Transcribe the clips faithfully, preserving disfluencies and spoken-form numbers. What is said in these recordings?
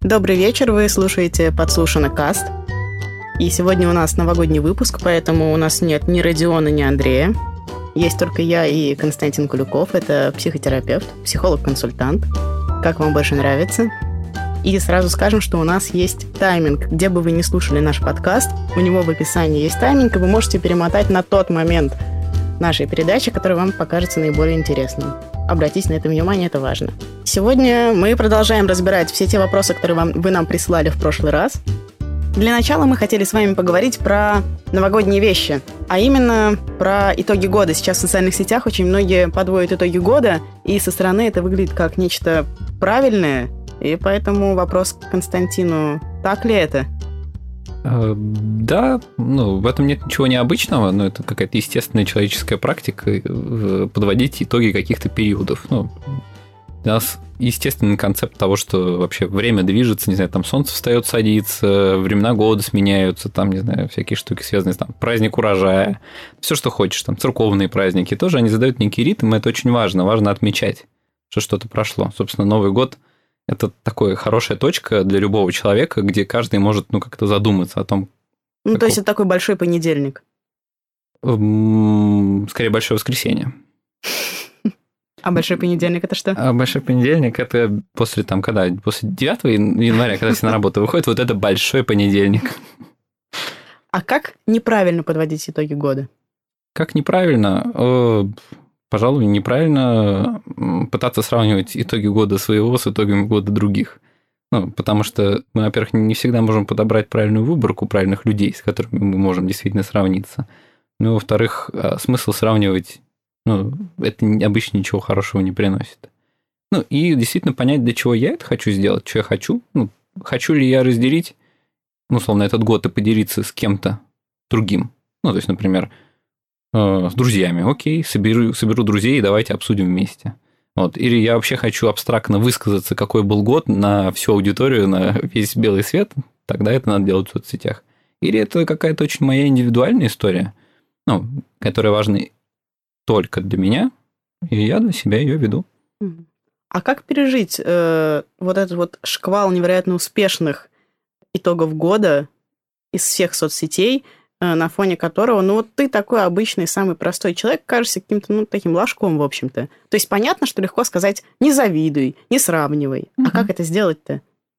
Добрый вечер, вы слушаете «Подслушано каст». И сегодня у нас новогодний выпуск, поэтому у нас нет ни Родиона, ни Андрея. Есть только я и Константин Куликов, это психотерапевт, психолог-консультант. Как вам больше нравится? И сразу скажем, что у нас есть тайминг. Где бы вы ни слушали наш подкаст, у него в описании есть тайминг, и вы можете перемотать на тот момент нашей передачи, который вам покажется наиболее интересным. Обратите на это внимание, это важно. Сегодня мы продолжаем разбирать все те вопросы, которые вам, вы нам прислали в прошлый раз. Для начала мы хотели с вами поговорить про новогодние вещи, а именно про итоги года. Сейчас в социальных сетях очень многие подводят итоги года, и со стороны это выглядит как нечто правильное, и поэтому вопрос к Константину: так ли это? Да, ну, в этом нет ничего необычного, но это какая-то естественная человеческая практика подводить итоги каких-то периодов. Ну, для нас естественный концепт того, что вообще время движется, не знаю, там солнце встает, садится, времена года сменяются, там, не знаю, всякие штуки связанные, там, праздник урожая, все, что хочешь, там, церковные праздники, тоже они задают некий ритм, и это очень важно, важно отмечать, что что-то прошло. Собственно, Новый год – это такая хорошая точка для любого человека, где каждый может, ну, как-то задуматься о том. Ну, каков... то есть это такой большой понедельник? Скорее, большое воскресенье. А большой понедельник это что? А большой понедельник это после там, когда после девятого января, когда все на работу выходят, вот это большой понедельник. А как неправильно подводить итоги года? Как неправильно? Пожалуй, неправильно пытаться сравнивать итоги года своего с итогами года других. Ну, потому что мы, во-первых, не всегда можем подобрать правильную выборку правильных людей, с которыми мы можем действительно сравниться. Ну, во-вторых, смысл сравнивать, ну, это обычно ничего хорошего не приносит. Ну, и действительно понять, для чего я это хочу сделать, что я хочу. Ну, хочу ли я разделить, ну, условно, этот год и поделиться с кем-то другим. Ну, то есть, например, с друзьями. Окей, соберу, соберу друзей и давайте обсудим вместе. Вот. Или я вообще хочу абстрактно высказаться, какой был год, на всю аудиторию, на весь белый свет, тогда это надо делать в соцсетях. Или это какая-то очень моя индивидуальная история, ну, которая важна только для меня, и я для себя ее веду. А как пережить э, вот этот вот шквал невероятно успешных итогов года из всех соцсетей, на фоне которого, ну, вот ты такой обычный, самый простой человек, кажешься каким-то, ну, таким ложком, в общем-то. То есть понятно, что легко сказать: не завидуй, не сравнивай. Mm-hmm. А как это сделать-то?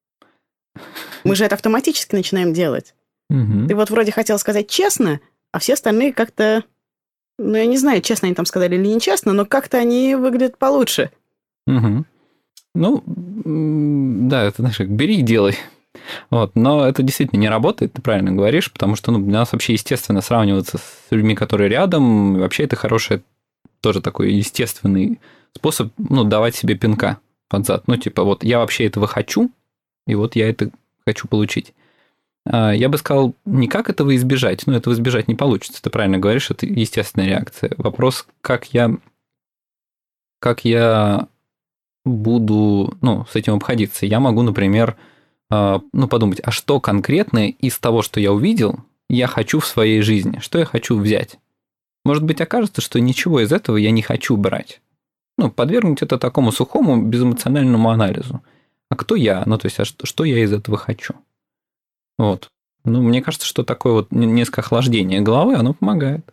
Мы же это автоматически начинаем делать. Mm-hmm. Ты вот вроде хотел сказать честно, а все остальные как-то, ну, я не знаю, честно они там сказали или нечестно, но как-то они выглядят получше. Mm-hmm. Ну, да, это, знаешь, бери и делай. Вот, но это действительно не работает, ты правильно говоришь, потому что, ну, для нас вообще естественно сравниваться с людьми, которые рядом, и вообще это хороший тоже такой естественный способ, ну, давать себе пинка под зад. Ну, типа, вот я вообще этого хочу, и вот я это хочу получить. Я бы сказал, не как этого избежать, но этого избежать не получится, ты правильно говоришь, это естественная реакция. Вопрос, как я, как я буду, ну, с этим обходиться. Я могу, например, ну, подумать, а что конкретно из того, что я увидел, я хочу в своей жизни, что я хочу взять. Может быть, окажется, что ничего из этого я не хочу брать. Ну, подвергнуть это такому сухому, безэмоциональному анализу. А кто я? Ну, то есть, а что, что я из этого хочу? Вот. Ну, мне кажется, что такое вот несколько охлаждение головы, оно помогает.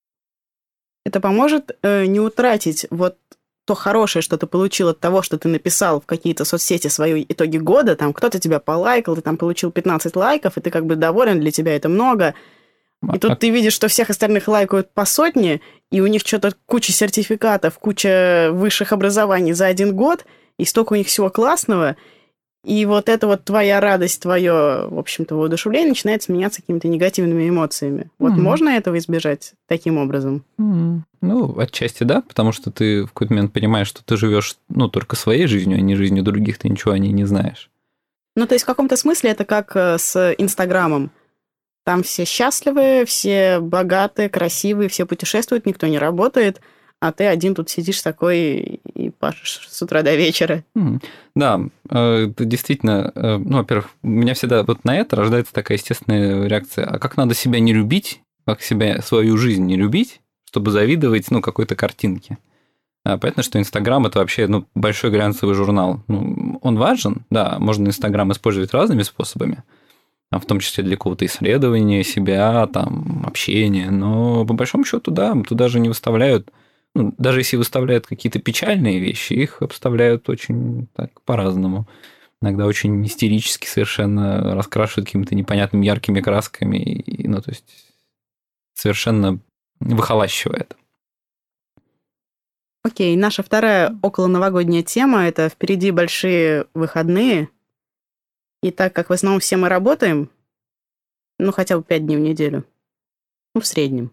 Это поможет э, не утратить вот то хорошее, что ты получил от того, что ты написал в какие-то соцсети свои итоги года, там кто-то тебя полайкал, ты там получил пятнадцать лайков, и ты как бы доволен, для тебя это много. И тут ты видишь, что всех остальных лайкают по сотне, и у них что-то куча сертификатов, куча высших образований за один год, и столько у них всего классного. И вот эта вот твоя радость, твое, в общем-то, воодушевление начинает сменяться какими-то негативными эмоциями. Вот mm-hmm. можно этого избежать таким образом? Mm-hmm. Ну, отчасти да, потому что ты в какой-то момент понимаешь, что ты живешь, ну, только своей жизнью, а не жизнью других, ты ничего о ней не знаешь. Ну, то есть в каком-то смысле это как с Инстаграмом. Там все счастливые, все богатые, красивые, все путешествуют, никто не работает, а ты один тут сидишь такой и пашешь с утра до вечера. Да, это действительно, ну, во-первых, у меня всегда вот на это рождается такая естественная реакция. А как надо себя не любить, как себя, свою жизнь не любить, чтобы завидовать, ну, какой-то картинке? Понятно, что Инстаграм – это вообще ну, большой глянцевый журнал. Ну, он важен, да, можно Инстаграм использовать разными способами, в том числе для какого-то исследования себя, там, общения, но по большому счету, да, туда же не выставляют, ну, даже если выставляют какие-то печальные вещи, их обставляют очень так по-разному. Иногда очень истерически совершенно раскрашивают какими-то непонятными яркими красками, и, ну, то есть совершенно выхолащивает. Окей, наша вторая околоновогодняя тема – это впереди большие выходные. И так как в основном все мы работаем, ну, хотя бы пять дней в неделю, ну, в среднем,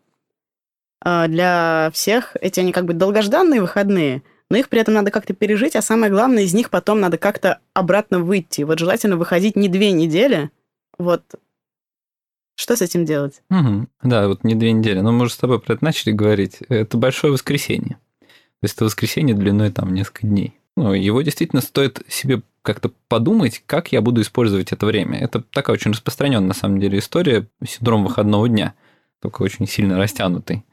для всех эти они как бы долгожданные выходные, но их при этом надо как-то пережить, а самое главное, из них потом надо как-то обратно выйти. Вот желательно выходить не две недели. Вот что с этим делать? Угу. Да, вот не две недели. Но мы уже с тобой про это начали говорить. Это большое воскресенье. То есть это воскресенье длиной там несколько дней. Ну, его действительно стоит себе как-то подумать, как я буду использовать это время. Это такая очень распространенная, на самом деле, история, синдром выходного дня, только очень сильно растянутый.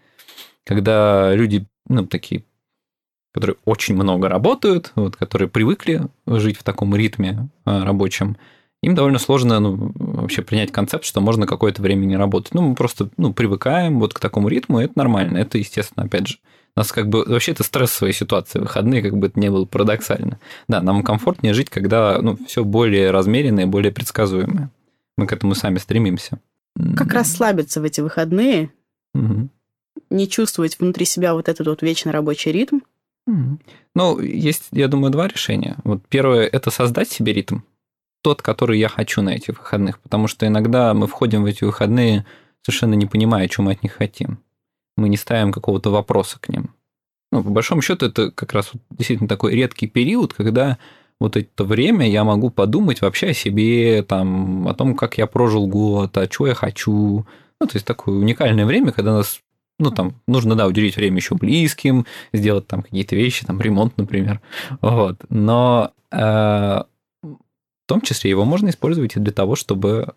Когда люди, ну, такие, которые очень много работают, вот, которые привыкли жить в таком ритме рабочем, им довольно сложно ну, вообще принять концепт, что можно какое-то время не работать. Ну, мы просто ну, привыкаем вот к такому ритму, и это нормально. Это, естественно, опять же, у нас как бы вообще это стрессовая ситуация, выходные, как бы это ни было парадоксально. Да, нам комфортнее жить, когда ну, все более размеренное, более предсказуемое. Мы к этому сами стремимся. Как расслабиться в эти выходные, угу. не чувствовать внутри себя вот этот вот вечно рабочий ритм? Угу. Ну, есть, я думаю, два решения. Вот первое – это создать себе ритм, тот, который я хочу на этих выходных, потому что иногда мы входим в эти выходные, совершенно не понимая, что мы от них хотим. Мы не ставим какого-то вопроса к ним. Ну, по большому счету, это как раз вот действительно такой редкий период, когда вот это время я могу подумать вообще о себе, там, о том, как я прожил год, а что я хочу. Ну, то есть такое уникальное время, когда нас, ну, там, нужно, да, уделить время еще близким, сделать там какие-то вещи, там, ремонт, например. Вот. Но э, в том числе его можно использовать и для того, чтобы...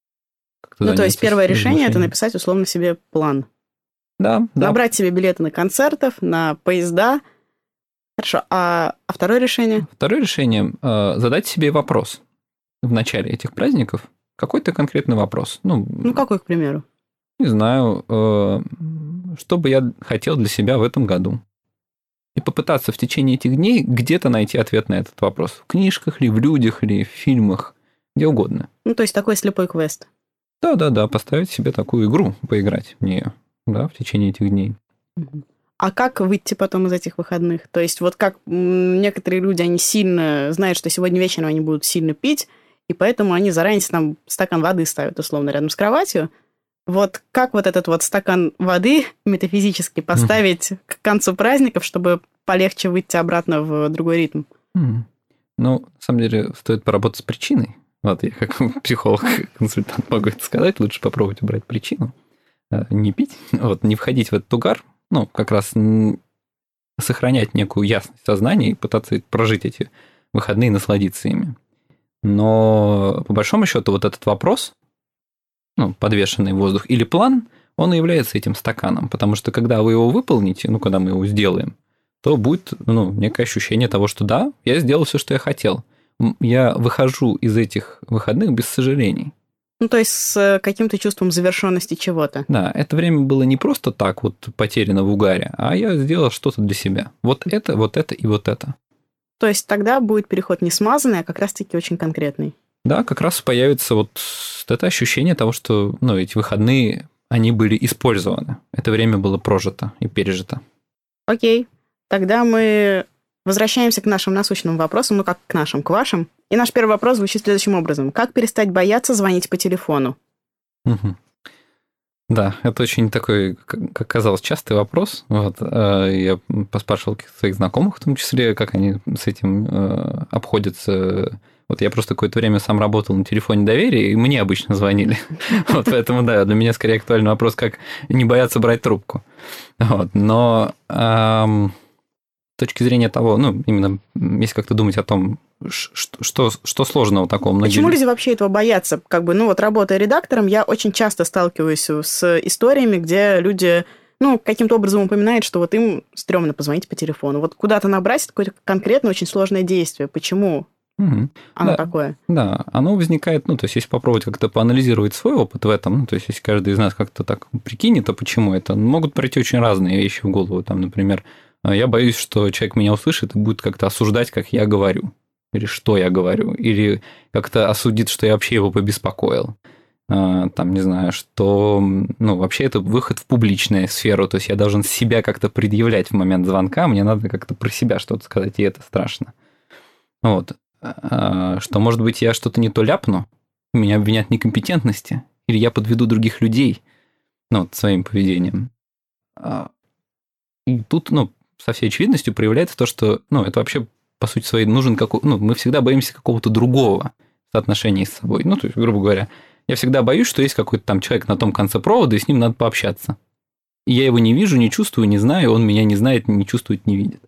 Ну, то есть первое решение – это написать условно себе план. Да, да. Набрать себе билеты на концертов, на поезда. Хорошо. А, а второе решение? Второе решение – задать себе вопрос в начале этих праздников. Какой-то конкретный вопрос. Ну, ну, какой, к примеру? Не знаю. Что бы я хотел для себя в этом году? И попытаться в течение этих дней где-то найти ответ на этот вопрос. В книжках ли, в людях ли, в фильмах, где угодно. Ну, то есть такой слепой квест. Да-да-да, поставить себе такую игру, поиграть в нее. Да, в течение этих дней. А как выйти потом из этих выходных? То есть вот как некоторые люди, они сильно знают, что сегодня вечером они будут сильно пить, и поэтому они заранее там стакан воды ставят, условно, рядом с кроватью. Вот как вот этот вот стакан воды метафизически поставить mm-hmm. к концу праздников, чтобы полегче выйти обратно в другой ритм? Mm-hmm. Ну, на самом деле, стоит поработать с причиной. Вот я как психолог-консультант могу это сказать. Лучше попробовать убрать причину. Не пить, вот, не входить в этот угар, ну, как раз сохранять некую ясность сознания и пытаться прожить эти выходные и насладиться ими. Но по большому счету вот этот вопрос, ну, подвешенный в воздух или план, он и является этим стаканом, потому что когда вы его выполните, ну, когда мы его сделаем, то будет ну, некое ощущение того, что да, я сделал все, что я хотел. Я выхожу из этих выходных без сожалений. Ну, то есть с каким-то чувством завершенности чего-то. Да, это время было не просто так вот потеряно в угаре, а я сделал что-то для себя. Вот это, вот это и вот это. То есть тогда будет переход не смазанный, а как раз-таки очень конкретный. Да, как раз появится вот это ощущение того, что ну, эти выходные, они были использованы. Это время было прожито и пережито. Окей, тогда мы возвращаемся к нашим насущным вопросам, ну как к нашим, к вашим. И наш первый вопрос звучит следующим образом. Как перестать бояться звонить по телефону? Угу. Да, это очень такой, как оказалось, частый вопрос. Вот, я поспрашивал своих знакомых, в том числе, как они с этим обходятся. Вот я просто какое-то время сам работал на телефоне доверия, и мне обычно звонили. Вот поэтому, да, для меня скорее актуальный вопрос, как не бояться брать трубку. Вот, но... С точки зрения того, ну, именно если как-то думать о том, что, что, что сложного такого. Многие... Почему люди вообще этого боятся? Как бы, ну, вот работая редактором, я очень часто сталкиваюсь с историями, где люди ну, каким-то образом упоминает, что вот им стрёмно позвонить по телефону. Вот куда-то набрать это какое-то конкретно очень сложное действие. Почему Угу. оно Да, такое? да, оно возникает, ну, то есть, если попробовать как-то поанализировать свой опыт в этом, ну, то есть, если каждый из нас как-то так прикинет, то почему это? Могут прийти очень разные вещи в голову. Там, например, я боюсь, что человек меня услышит и будет как-то осуждать, как я говорю, или что я говорю, или как-то осудит, что я вообще его побеспокоил. Там, не знаю, что, ну, вообще это выход в публичную сферу, то есть я должен себя как-то предъявлять в момент звонка, мне надо как-то про себя что-то сказать, и это страшно. Вот. Что, может быть, я что-то не то ляпну, меня обвинят в некомпетентности, или я подведу других людей, ну, вот, своим поведением. И тут, ну, со всей очевидностью проявляется то, что, ну, это вообще, по сути своей, нужен какой, ну, мы всегда боимся какого-то другого соотношения с собой. Ну, то есть, грубо говоря, я всегда боюсь, что есть какой-то там человек на том конце провода, и с ним надо пообщаться. И я его не вижу, не чувствую, не знаю, он меня не знает, не чувствует, не видит.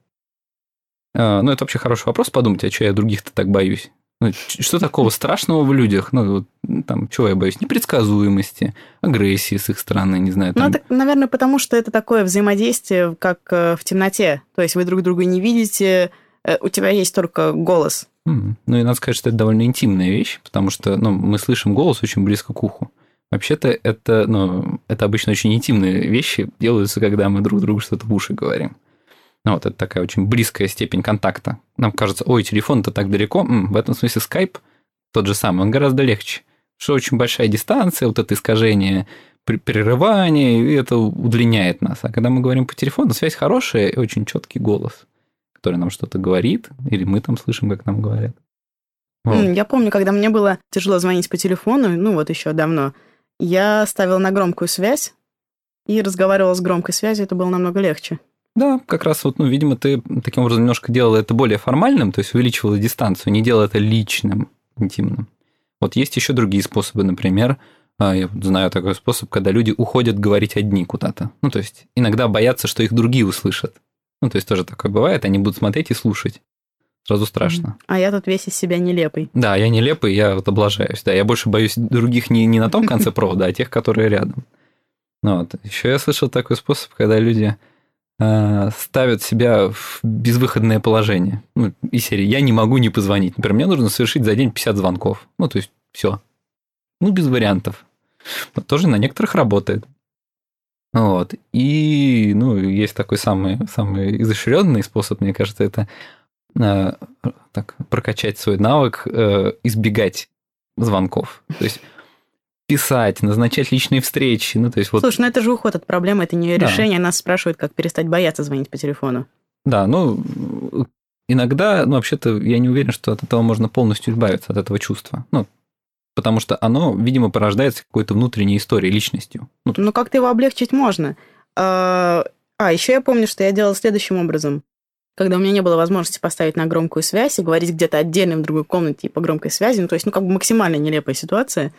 Ну, это вообще хороший вопрос, подумать, а что я других-то так боюсь? Ну, что такого страшного в людях? Ну, там, чего я боюсь? Непредсказуемости, агрессии с их стороны, не знаю. Там... Ну, это, наверное, потому что это такое взаимодействие, как в темноте. То есть вы друг друга не видите, у тебя есть только голос. Mm. Ну, и надо сказать, что это довольно интимная вещь, потому что, ну, мы слышим голос очень близко к уху. Вообще-то это, ну, это обычно очень интимные вещи делаются, когда мы друг другу что-то в уши говорим. Ну, вот это такая очень близкая степень контакта. Нам кажется, ой, телефон-то так далеко. М-м, в этом смысле скайп тот же самый, он гораздо легче. Что очень большая дистанция, вот это искажение, прерывание, и это удлиняет нас. А когда мы говорим по телефону, связь хорошая и очень четкий голос, который нам что-то говорит, или мы там слышим, как нам говорят. Вот. Я помню, когда мне было тяжело звонить по телефону, ну вот еще давно, я ставила на громкую связь и разговаривала с громкой связью, это было намного легче. Да, как раз вот, ну, видимо, ты таким образом немножко делала это более формальным, то есть увеличивала дистанцию, не делала это личным, интимным. Вот есть еще другие способы, например, я знаю такой способ, когда люди уходят говорить одни куда-то. Ну, то есть иногда боятся, что их другие услышат. Ну, то есть тоже такое бывает, они будут смотреть и слушать. Сразу страшно. А я тут весь из себя нелепый. Да, я нелепый, я вот облажаюсь. Да, я больше боюсь других не, не на том конце провода, а тех, которые рядом. Ну, вот. Еще я слышал такой способ, когда люди ставят себя в безвыходное положение. Ну, из серии «я не могу не позвонить». Например, мне нужно совершить за день пятьдесят звонков. Ну, то есть, все. Ну, без вариантов. Вот тоже на некоторых работает. Вот. И, ну, есть такой самый, самый изощренный способ, мне кажется, это э, так, прокачать свой навык, э, избегать звонков. То есть, писать, назначать личные встречи. Ну, то есть вот... Слушай, ну это же уход от проблемы, это не да. решение. Нас спрашивают, как перестать бояться звонить по телефону. Да, ну, иногда, ну, вообще-то, я не уверен, что от этого можно полностью избавиться, от этого чувства. Ну, потому что оно, видимо, порождается какой-то внутренней историей, личностью. Ну, ну как-то его облегчить можно. А, а, еще я помню, что я делала следующим образом. Когда у меня не было возможности поставить на громкую связь и говорить где-то отдельно в другой комнате по громкой связи, ну, то есть, ну, как бы максимально нелепая ситуация,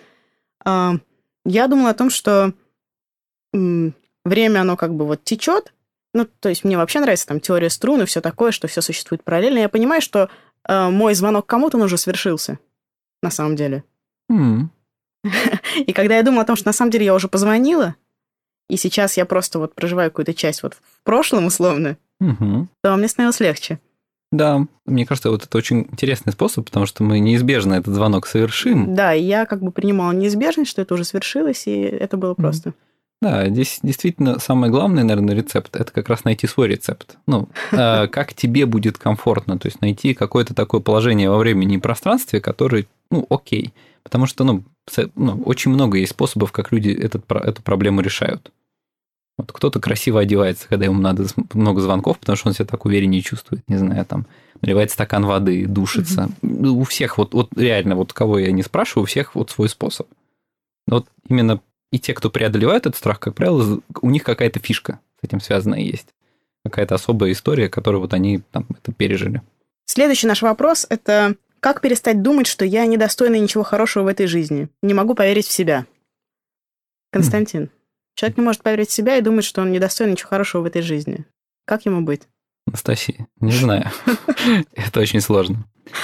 я думала о том, что время, оно как бы вот течет. Ну, то есть мне вообще нравится там теория струн и все такое, что все существует параллельно. Я понимаю, что э, мой звонок кому-то, он уже свершился, на самом деле. Mm. И когда я думала о том, что на самом деле я уже позвонила, и сейчас я просто вот проживаю какую-то часть вот в прошлом, условно, mm-hmm. то мне становилось легче. Да, мне кажется, вот это очень интересный способ, потому что мы неизбежно этот звонок совершим. Да, и я как бы принимала неизбежность, что это уже свершилось, и это было просто. Да, здесь действительно самое главное, наверное, рецепт – это как раз найти свой рецепт. Ну, как тебе будет комфортно, то есть найти какое-то такое положение во времени и пространстве, которое, ну, окей. Потому что, ну, очень много есть способов, как люди этот, эту проблему решают. Вот кто-то красиво одевается, когда ему надо много звонков, потому что он себя так увереннее чувствует, не знаю, там, наливает стакан воды, душится. Mm-hmm. У всех, вот, вот реально, вот кого я не спрашиваю, у всех вот свой способ. Вот именно и те, кто преодолевает этот страх, как правило, у них какая-то фишка с этим связанная есть. Какая-то особая история, которую вот они там это пережили. Следующий наш вопрос – это как перестать думать, что я недостойна ничего хорошего в этой жизни? Не могу поверить в себя. Константин. Mm-hmm. Человек не может поверить в себя и думать, что он недостоин ничего хорошего в этой жизни. Как ему быть? Анастасия, не знаю. Это очень сложно.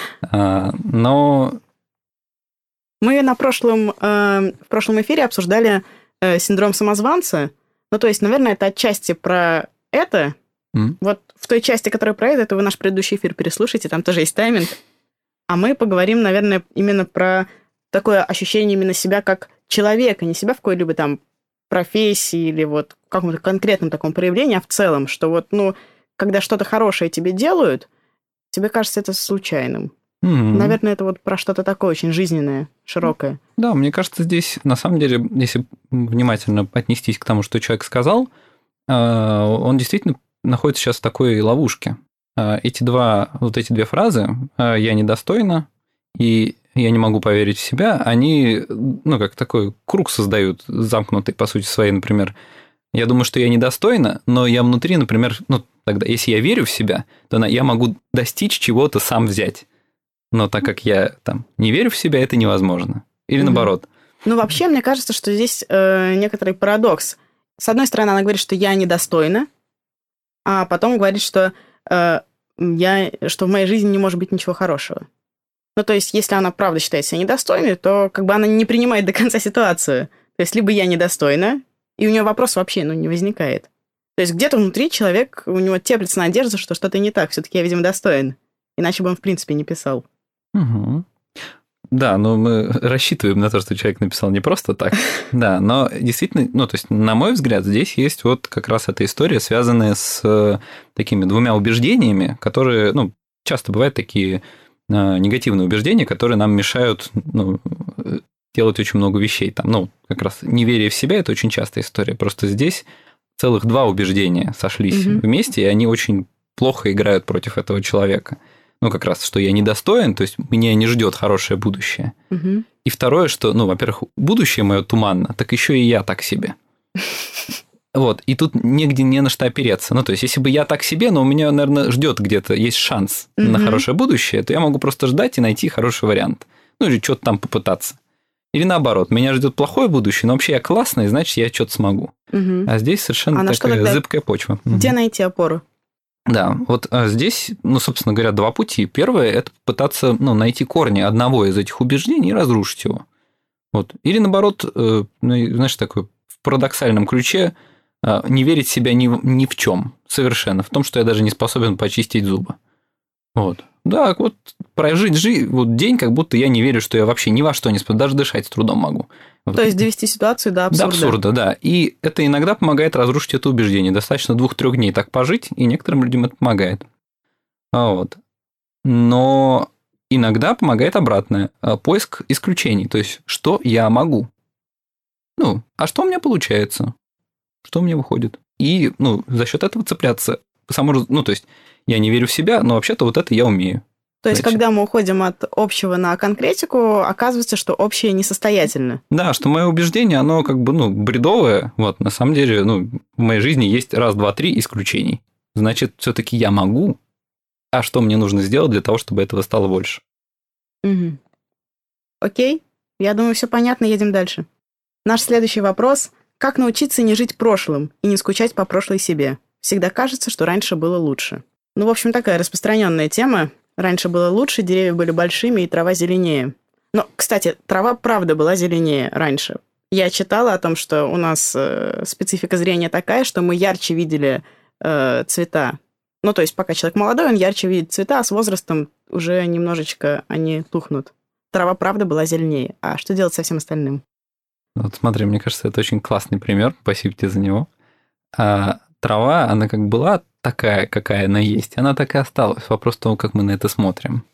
Но... Мы на прошлом, в прошлом эфире обсуждали синдром самозванца. Ну, то есть, наверное, это отчасти про это. Mm. Вот в той части, которая про это, это вы наш предыдущий эфир переслушайте, там тоже есть тайминг. А мы поговорим, наверное, именно про такое ощущение именно себя как человека, не себя в какой-либо там профессии или вот в каком-то конкретном таком проявлении, а в целом, что вот, ну, когда что-то хорошее тебе делают, тебе кажется это случайным. Mm-hmm. Наверное, это вот про что-то такое очень жизненное, широкое. Да, мне кажется, здесь, на самом деле, если внимательно отнестись к тому, что человек сказал, он действительно находится сейчас в такой ловушке. Эти два, вот эти две фразы «я недостойна» и «я не могу поверить в себя», они, ну, как такой круг создают, замкнутый, по сути своей, например. Я думаю, что я недостойна, но я внутри, например, ну, тогда, если я верю в себя, то я могу достичь чего-то сам взять. Но так как я там не верю в себя, это невозможно. Или угу. наоборот. Ну, вообще, мне кажется, что здесь э, некоторый парадокс. С одной стороны, она говорит, что я недостойна, а потом говорит, что, э, я, что в моей жизни не может быть ничего хорошего. Ну, то есть, если она правда считает себя недостойной, то как бы она не принимает до конца ситуацию. То есть, либо я недостойна, и у нее вопрос вообще ну, не возникает. То есть, где-то внутри человек, у него теплится надежда, что что-то не так, все-таки я, видимо, достоин. Иначе бы он, в принципе, не писал. Угу. Да, но мы рассчитываем на то, что человек написал не просто так. Да, но действительно, ну, то есть, на мой взгляд, здесь есть вот как раз эта история, связанная с такими двумя убеждениями, которые, ну, часто бывают такие негативные убеждения, которые нам мешают, ну, делать очень много вещей. Там, ну, как раз неверие в себя – это очень частая история. Просто здесь целых два убеждения сошлись угу. вместе, и они очень плохо играют против этого человека. Ну, как раз, что я недостоин, то есть меня не ждет хорошее будущее. Угу. И второе, что, ну, во-первых, будущее мое туманно, так еще и я так себе. Вот, и тут негде не на что опереться. Ну, то есть, если бы я так себе, но у меня, наверное, ждет где-то, есть шанс угу. на хорошее будущее, то я могу просто ждать и найти хороший вариант. Ну, или что-то там попытаться. Или наоборот, меня ждет плохое будущее, но вообще я классный, значит, я что-то смогу. Угу. А здесь совершенно а такая зыбкая почва. Где угу. найти опору? Да, вот здесь, ну, собственно говоря, два пути. Первое – это попытаться ну, найти корни одного из этих убеждений и разрушить его. Вот. Или, наоборот, ну, знаешь, такой в парадоксальном ключе не верить в себя ни, ни в чем совершенно, в том, что я даже не способен почистить зубы. Вот. Да, вот прожить жизнь, вот день, как будто я не верю, что я вообще ни во что не способен, даже дышать с трудом могу. То есть довести ситуацию до абсурда. До абсурда, да. И это иногда помогает разрушить это убеждение. Достаточно двух-трех дней так пожить, и некоторым людям это помогает. Вот. Но иногда помогает обратное. Поиск исключений. То есть, что я могу? Ну, а что у меня получается? Что у меня выходит? И ну, за счет этого цепляться. Само, ну, то есть, я не верю в себя, но вообще-то вот это я умею. То есть, когда мы уходим от общего на конкретику, оказывается, что общее несостоятельно. Да, что мое убеждение, оно как бы, ну, бредовое. Вот, на самом деле, ну, в моей жизни есть раз, два, три исключений. Значит, все-таки я могу. А что мне нужно сделать для того, чтобы этого стало больше? Угу. Окей. Я думаю, все понятно, едем дальше. Наш следующий вопрос. Как научиться не жить прошлым и не скучать по прошлой себе? Всегда кажется, что раньше было лучше. Ну, в общем, такая распространенная тема. Раньше было лучше, деревья были большими, и трава зеленее. Но, кстати, трава правда была зеленее раньше. Я читала о том, что у нас э, специфика зрения такая, что мы ярче видели э, цвета. Ну, то есть, пока человек молодой, он ярче видит цвета, а с возрастом уже немножечко они тухнут. Трава правда была зеленее. А что делать со всем остальным? Вот смотри, мне кажется, это очень классный пример. Спасибо тебе за него. А трава, она как была такая, какая она есть, она так и осталась. Вопрос в том, как мы на это смотрим.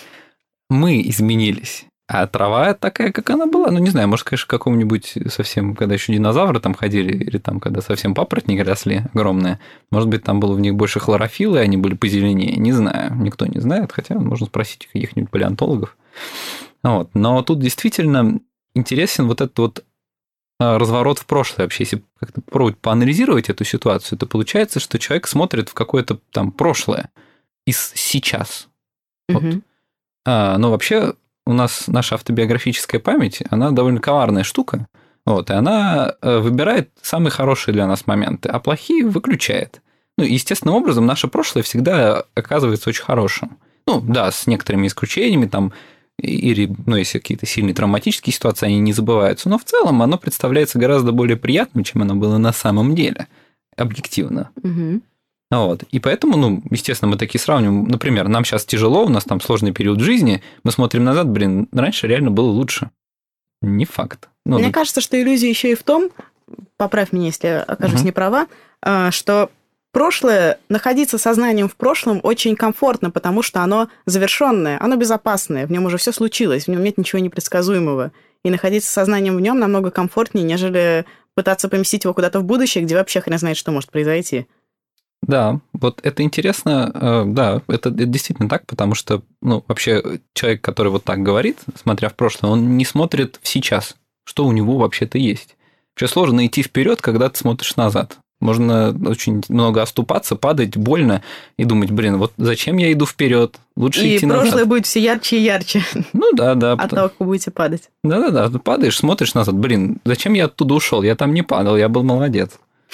Мы изменились, а трава такая, как она была. Ну, не знаю, может, конечно, каком-нибудь совсем, когда еще динозавры там ходили, или там, когда совсем папоротники росли огромные, может быть, там было в них больше хлорофилла, и они были позеленее. Не знаю, никто не знает, хотя можно спросить у каких-нибудь палеонтологов. Вот. Но тут действительно интересен вот этот вот разворот в прошлое вообще. Если как-то пробовать поанализировать эту ситуацию, то получается, что человек смотрит в какое-то там прошлое из сейчас. Вот. Угу. А, но вообще у нас наша автобиографическая память, она довольно коварная штука, вот, и она выбирает самые хорошие для нас моменты, а плохие выключает. Ну, естественным образом, наше прошлое всегда оказывается очень хорошим. Ну, да, с некоторыми исключениями, там, или, ну, если какие-то сильные травматические ситуации, они не забываются, но в целом оно представляется гораздо более приятным, чем оно было на самом деле, объективно. Угу. Вот. И поэтому, ну, естественно, мы такие сравниваем. Например, нам сейчас тяжело, у нас там сложный период жизни, мы смотрим назад, блин, раньше реально было лучше. Не факт. Ну, Мне ну... кажется, что иллюзия еще и в том, поправь меня, если я окажусь угу. не права, что прошлое, находиться сознанием в прошлом очень комфортно, потому что оно завершенное, оно безопасное, в нем уже все случилось, в нем нет ничего непредсказуемого. И находиться сознанием в нем намного комфортнее, нежели пытаться поместить его куда-то в будущее, где вообще хрен знает, что может произойти. Да, вот это интересно, да, это, это действительно так, потому что, ну, вообще человек, который вот так говорит, смотря в прошлое, он не смотрит в сейчас, что у него вообще-то есть. Вообще сложно идти вперед, когда ты смотришь назад. Можно очень много оступаться, падать, больно и думать, блин, вот зачем я иду вперед? Лучше и идти назад. И прошлое будет все ярче и ярче. Ну да, да. От того, как вы будете падать. Да-да-да, ты падаешь, смотришь назад, блин, зачем я оттуда ушел? Я там не падал, я был молодец.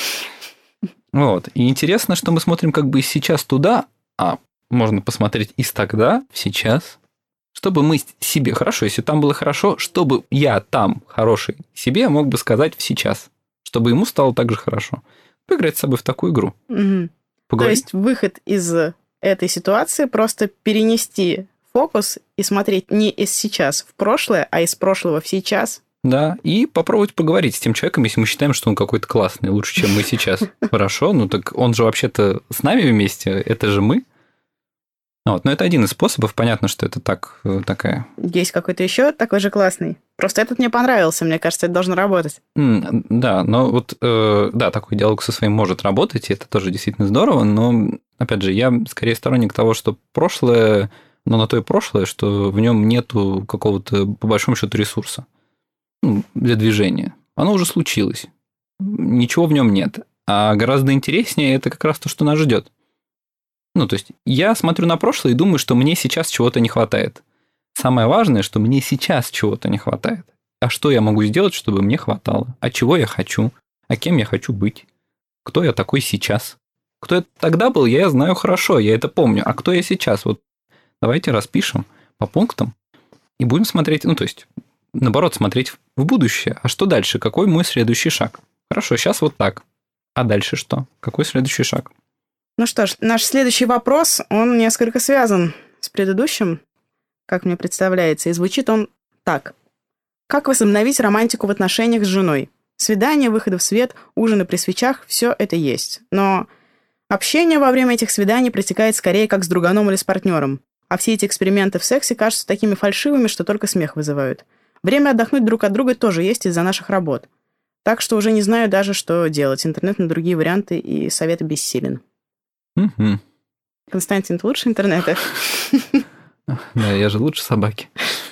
Вот. И интересно, что мы смотрим как бы из сейчас туда, а можно посмотреть из тогда в сейчас, чтобы мы себе хорошо, если там было хорошо, чтобы я там хороший себе мог бы сказать в сейчас, чтобы ему стало так же хорошо. Поиграть с собой в такую игру. Угу. То есть выход из этой ситуации просто перенести фокус и смотреть не из сейчас в прошлое, а из прошлого в сейчас. Да, и попробовать поговорить с тем человеком, если мы считаем, что он какой-то классный, лучше, чем мы сейчас. Хорошо, ну так он же вообще-то с нами вместе, это же мы. Вот, но это один из способов, понятно, что это так, такая... Есть какой-то еще такой же классный. Просто этот мне понравился, мне кажется, это должно работать. Mm, да, но вот, э, да, такой диалог со своим может работать, и это тоже действительно здорово, но, опять же, я скорее сторонник того, что прошлое, но на то и прошлое, что в нем нету какого-то, по большому счету, ресурса. Ну, для движения. Оно уже случилось. Ничего в нем нет. А гораздо интереснее это как раз то, что нас ждет. Ну, то есть я смотрю на прошлое и думаю, что мне сейчас чего-то не хватает. Самое важное, что мне сейчас чего-то не хватает. А что я могу сделать, чтобы мне хватало? А чего я хочу? А кем я хочу быть? Кто я такой сейчас? Кто я тогда был, я знаю хорошо, я это помню. А кто я сейчас? Вот давайте распишем по пунктам и будем смотреть, ну, то есть... наоборот, смотреть в будущее. А что дальше? Какой мой следующий шаг? Хорошо, сейчас вот так. А дальше что? Какой следующий шаг? Ну что ж, наш следующий вопрос, он несколько связан с предыдущим, как мне представляется, и звучит он так. Как возобновить романтику в отношениях с женой? Свидания, выходы в свет, ужины при свечах – все это есть. Но общение во время этих свиданий протекает скорее как с друганом или с партнером. А все эти эксперименты в сексе кажутся такими фальшивыми, что только смех вызывают. Время отдохнуть друг от друга тоже есть из-за наших работ. Так что уже не знаю даже, что делать. Интернет на другие варианты и советы бессилен. Угу. Константин, ты лучше интернета? Да, я же лучше собаки.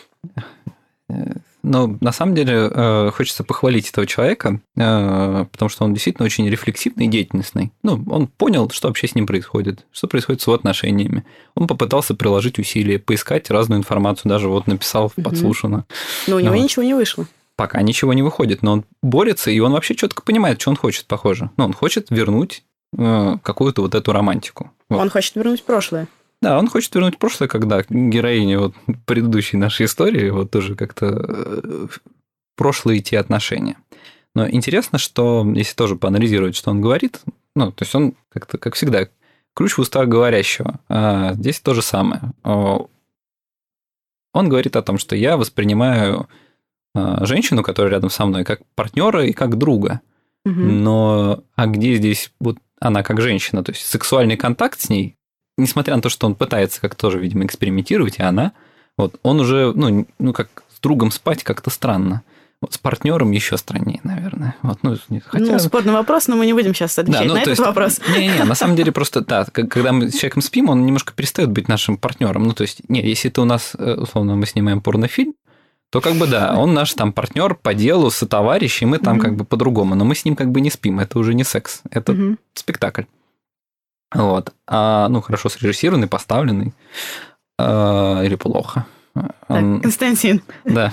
Но на самом деле хочется похвалить этого человека, потому что он действительно очень рефлексивный и деятельностный. Ну, он понял, что вообще с ним происходит, что происходит с его отношениями. Он попытался приложить усилия, поискать разную информацию, даже вот написал в подслушано. Но у него вот. Ничего не вышло. Пока ничего не выходит, но он борется, и он вообще четко понимает, что он хочет, похоже. Ну, он хочет вернуть какую-то вот эту романтику. Вот. Он хочет вернуть прошлое. Да, он хочет вернуть прошлое, когда героиня вот предыдущей нашей истории вот тоже как-то в прошлые те отношения. Но интересно, что если тоже поанализировать, что он говорит, ну, то есть он как-то, как всегда, ключ в устах говорящего. А здесь то же самое. Он говорит о том, что я воспринимаю женщину, которая рядом со мной, как партнера и как друга. Угу. Но а где здесь вот она как женщина? То есть сексуальный контакт с ней, несмотря на то, что он пытается как тоже, видимо, экспериментировать, и она, вот он уже, ну, ну как с другом спать как-то странно. Вот с партнером еще страннее, наверное. Вот, ну, хотя... ну, спорный вопрос, но мы не будем сейчас отвечать да, ну, на этот есть, вопрос. Не-не, на самом деле просто, да, когда мы с человеком спим, он немножко перестает быть нашим партнером. Ну, то есть, не, если ты у нас, условно, мы снимаем порнофильм, то как бы да, он наш там партнер по делу, сотоварищ, и мы там mm-hmm. как бы по-другому. Но мы с ним как бы не спим, это уже не секс, это mm-hmm. спектакль. Вот. А, ну, хорошо срежиссированный, поставленный. А, или плохо. Так, Он... Константин. Да.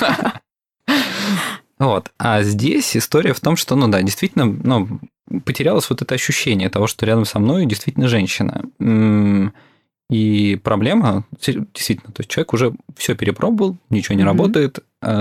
Вот. А здесь история в том, что, ну да, действительно, ну, потерялось вот это ощущение того, что рядом со мной действительно женщина. И проблема, действительно, то есть человек уже все перепробовал, ничего не mm-hmm. работает.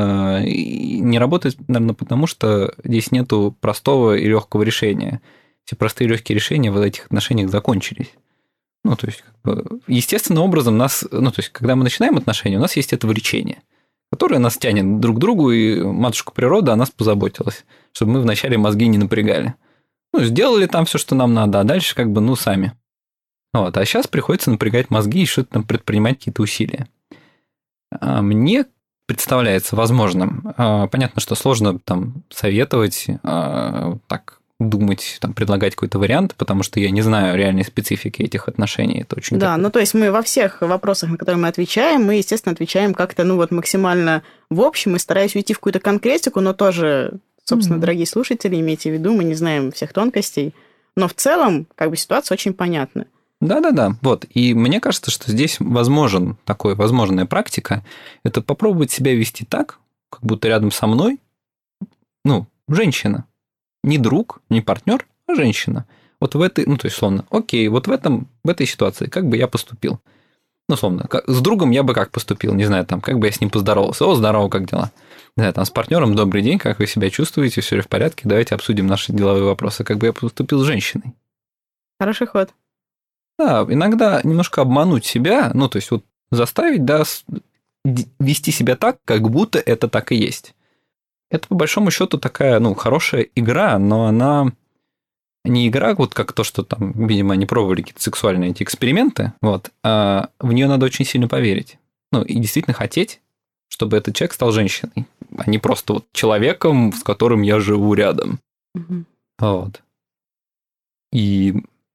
И не работает, наверное, потому что здесь нету простого и легкого решения. Все простые и легкие решения в этих отношениях закончились. Ну, то есть, как бы, естественным образом нас, ну, то есть, когда мы начинаем отношения, у нас есть это влечение, которое нас тянет друг к другу, и матушка природа о нас позаботилась, чтобы мы вначале мозги не напрягали. Ну, сделали там все, что нам надо, а дальше как бы, ну, сами. Вот. А сейчас приходится напрягать мозги и что-то там предпринимать, какие-то усилия. А мне представляется возможным, понятно, что сложно там советовать, так думать, там, предлагать какой-то вариант, потому что я не знаю реальной специфики этих отношений. Это очень да, такое. Ну то есть мы во всех вопросах, на которые мы отвечаем, мы, естественно, отвечаем как-то, ну вот максимально в общем и стараюсь уйти в какую-то конкретику, но тоже, собственно, mm-hmm. дорогие слушатели, имейте в виду, мы не знаем всех тонкостей, но в целом как бы ситуация очень понятна. Да-да-да, вот. И мне кажется, что здесь возможен такой, возможная практика, это попробовать себя вести так, как будто рядом со мной, ну, женщина. Не друг, не партнер, а женщина. Вот в этой, ну, то есть, условно, окей, вот в, этом, в этой ситуации как бы я поступил? Ну, условно, как, с другом я бы как поступил, не знаю, там, как бы я с ним поздоровался. О, здорово, как дела? Не знаю, там, с партнером добрый день, как вы себя чувствуете, все ли в порядке, давайте обсудим наши деловые вопросы. Как бы я поступил с женщиной? Хороший ход. Да, иногда немножко обмануть себя, ну, то есть, вот заставить, да, вести себя так, как будто это так и есть. Это, по большому счету, такая, ну, хорошая игра, но она не игра, вот как то, что там, видимо, они пробовали какие-то сексуальные эти эксперименты, вот, а в нее надо очень сильно поверить. Ну, и действительно хотеть, чтобы этот человек стал женщиной, а не просто вот человеком, с которым я живу рядом. Угу. Вот. И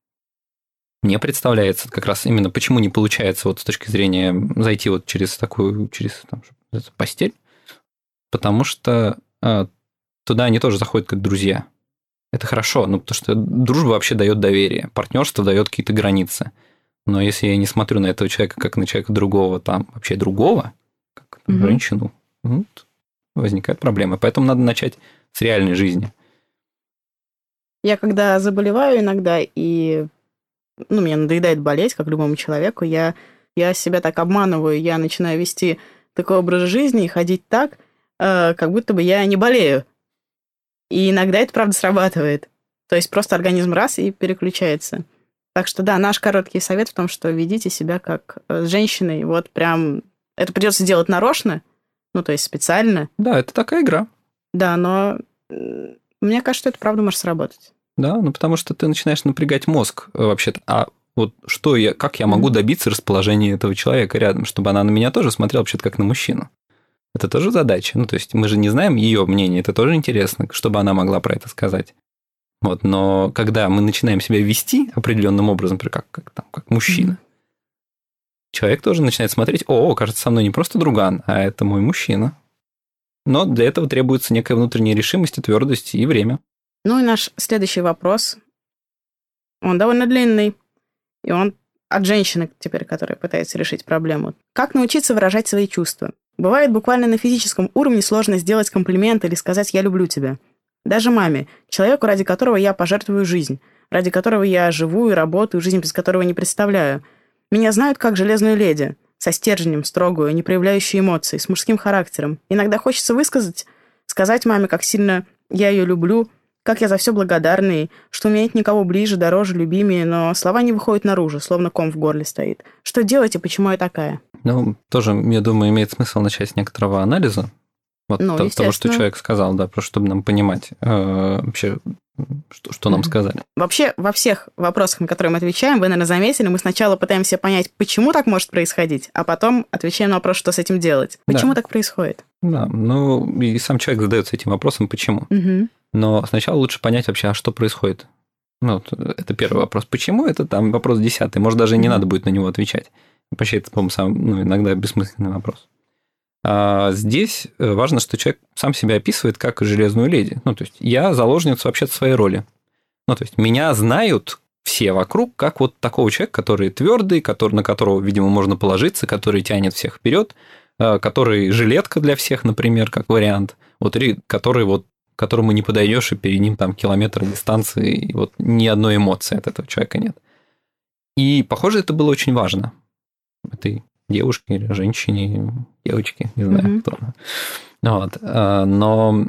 мне представляется как раз именно, почему не получается вот с точки зрения зайти вот через такую, через там, постель, потому что а, туда они тоже заходят как друзья. Это хорошо, ну, потому что дружба вообще дает доверие, партнерство дает какие-то границы. Но если я не смотрю на этого человека как на человека другого, там вообще другого, как на mm-hmm. женщину, ну, возникают проблемы. Поэтому надо начать с реальной жизни. Я когда заболеваю иногда, и ну, мне надоедает болеть, как любому человеку, я, я себя так обманываю, я начинаю вести такой образ жизни и ходить так, э, как будто бы я не болею. И иногда это, правда, срабатывает. То есть просто организм раз и переключается. Так что, да, наш короткий совет в том, что ведите себя как с женщиной. Вот прям это придется делать нарочно, ну, то есть специально. Да, это такая игра. Да, но мне кажется, что это, правда, может сработать. Да, ну, потому что ты начинаешь напрягать мозг вообще-то. А вот что я, как я могу добиться расположения этого человека рядом, чтобы она на меня тоже смотрела вообще-то как на мужчину? Это тоже задача. Ну, то есть мы же не знаем ее мнение, это тоже интересно, чтобы она могла про это сказать. Вот, но когда мы начинаем себя вести определенным образом, как, как, там, как мужчина, mm-hmm. человек тоже начинает смотреть: о, кажется, со мной не просто друган, а это мой мужчина. Но для этого требуется некая внутренняя решимость, и твердость и время. Ну и наш следующий вопрос, он довольно длинный, и он от женщины теперь, которая пытается решить проблему. Как научиться выражать свои чувства? Бывает буквально на физическом уровне сложно сделать комплимент или сказать «я люблю тебя». Даже маме, человеку, ради которого я пожертвую жизнь, ради которого я живу и работаю, жизнь без которого не представляю. Меня знают как железную леди, со стержнем, строгую, не проявляющую эмоций, с мужским характером. Иногда хочется высказать, сказать маме, как сильно я ее люблю, как я за все благодарна, что у меня нет никого ближе, дороже, любимее, но слова не выходят наружу, словно ком в горле стоит. Что делать и почему я такая? Ну, тоже, я думаю, имеет смысл начать с некоторого анализа. Вот ну, то, того, что человек сказал, да, просто чтобы нам понимать э, вообще, что, что нам сказали. Вообще, во всех вопросах, на которые мы отвечаем, вы, наверное, заметили, мы сначала пытаемся понять, почему так может происходить, а потом отвечаем на вопрос, что с этим делать. Почему да. так происходит? Да, ну, и сам человек задается этим вопросом, почему. Угу. Но сначала лучше понять вообще, а что происходит. Ну, вот, это первый вопрос. Почему? Это там вопрос десятый. Может, даже не надо будет на него отвечать. Вообще, это, по-моему, сам, ну, иногда бессмысленный вопрос. А здесь важно, что человек сам себя описывает как железную леди. Ну, то есть, я заложница вообще-то своей роли. Ну, то есть, меня знают все вокруг как вот такого человека, который твердый, который, на которого, видимо, можно положиться, который тянет всех вперед, который жилетка для всех, например, как вариант, вот, или который вот, к которому не подойдешь, и перед ним там километр дистанции, и вот ни одной эмоции от этого человека нет. И, похоже, это было очень важно. этой девушке или женщине, девочке, не знаю, mm-hmm. кто она. Вот. Но...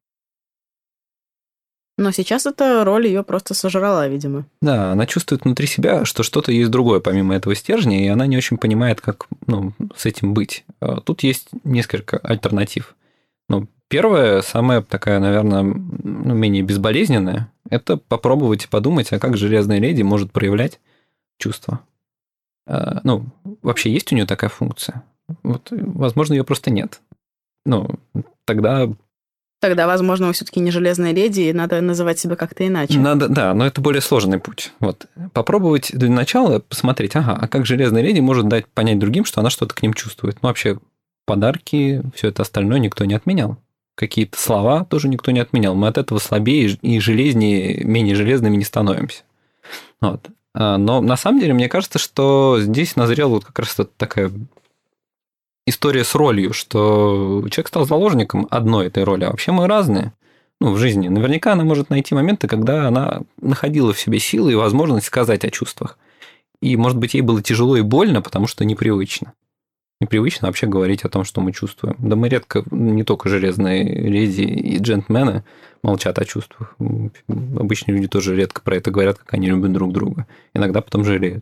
Но сейчас эта роль ее просто сожрала, видимо. Да, она чувствует внутри себя, что что-то есть другое помимо этого стержня, и она не очень понимает, как ну, с этим быть. Тут есть несколько альтернатив. Ну, первая, самая такая, наверное, ну, менее безболезненная, это попробовать и подумать, а как железная леди может проявлять чувства. Ну, вообще есть у нее такая функция? Вот, возможно, ее просто нет. Ну, тогда... Тогда, возможно, вы все-таки не железная леди, и надо называть себя как-то иначе. Надо, да, но это более сложный путь. Вот. Попробовать для начала посмотреть, ага, а как железная леди может дать понять другим, что она что-то к ним чувствует. Ну, вообще, подарки, все это остальное никто не отменял. Какие-то слова тоже никто не отменял. Мы от этого слабее и железнее, менее железными не становимся. Вот. Но на самом деле, мне кажется, что здесь назрела вот как раз такая история с ролью, что человек стал заложником одной этой роли, а вообще мы разные. Ну, в жизни. Наверняка она может найти моменты, когда она находила в себе силы и возможность сказать о чувствах. И, может быть, ей было тяжело и больно, потому что непривычно. Непривычно вообще говорить о том, что мы чувствуем. Да мы редко, не только железные леди и джентльмены молчат о чувствах. Обычные люди тоже редко про это говорят, как они любят друг друга. Иногда потом жалеют.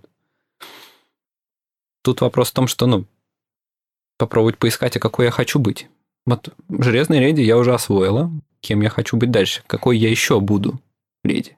Тут вопрос в том, что, ну, попробовать поискать, а какой я хочу быть. Вот железной леди я уже освоила. Кем я хочу быть дальше? Какой я еще буду леди?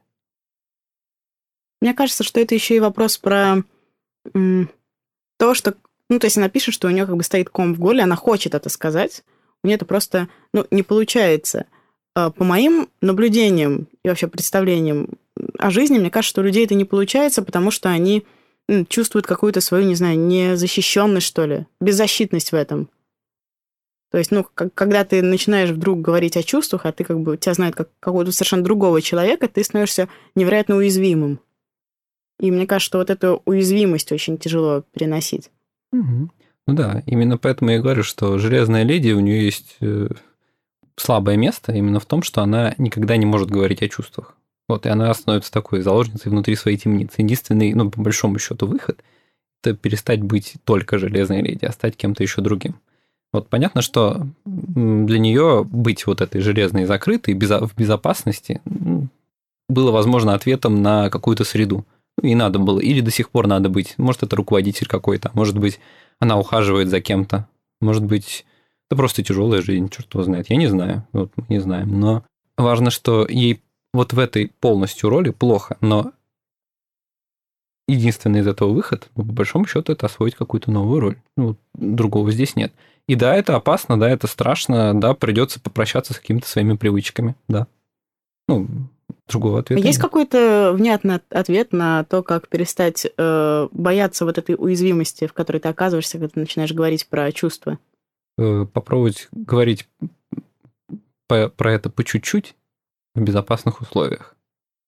Мне кажется, что это еще и вопрос про м, то, что... Ну, то есть она пишет, что у нее как бы стоит ком в горле, она хочет это сказать. У нее это просто ну, не получается. По моим наблюдениям и вообще представлениям о жизни, мне кажется, что у людей это не получается, потому что они чувствуют какую-то свою, не знаю, незащищенность, что ли, беззащитность в этом. То есть, ну, как, когда ты начинаешь вдруг говорить о чувствах, а ты как бы, тебя знают как какого-то совершенно другого человека, ты становишься невероятно уязвимым. И мне кажется, что вот эту уязвимость очень тяжело переносить. Угу. Ну да, именно поэтому я говорю, что железная леди, у нее есть слабое место именно в том, что она никогда не может говорить о чувствах. Вот, и она становится такой заложницей внутри своей темницы. Единственный, ну, по большому счету, выход – это перестать быть только железной леди, а стать кем-то еще другим. Вот понятно, что для нее быть вот этой железной закрытой в безопасности было, возможно, ответом на какую-то среду. И надо было, или до сих пор надо быть. Может, это руководитель какой-то, может быть, она ухаживает за кем-то, может быть, это просто тяжелая жизнь, черт его знает. Я не знаю, вот мы не знаем. Но важно, что ей вот в этой полностью роли плохо, но единственный из этого выход, по большому счету, это освоить какую-то новую роль. Ну, другого здесь нет. И да, это опасно, да, это страшно, да, придется попрощаться с какими-то своими привычками, да. Ну, другого ответа Есть нет. какой-то внятный ответ на то, как перестать э, бояться вот этой уязвимости, в которой ты оказываешься, когда ты начинаешь говорить про чувства? Попробовать говорить по, про это по чуть-чуть в безопасных условиях.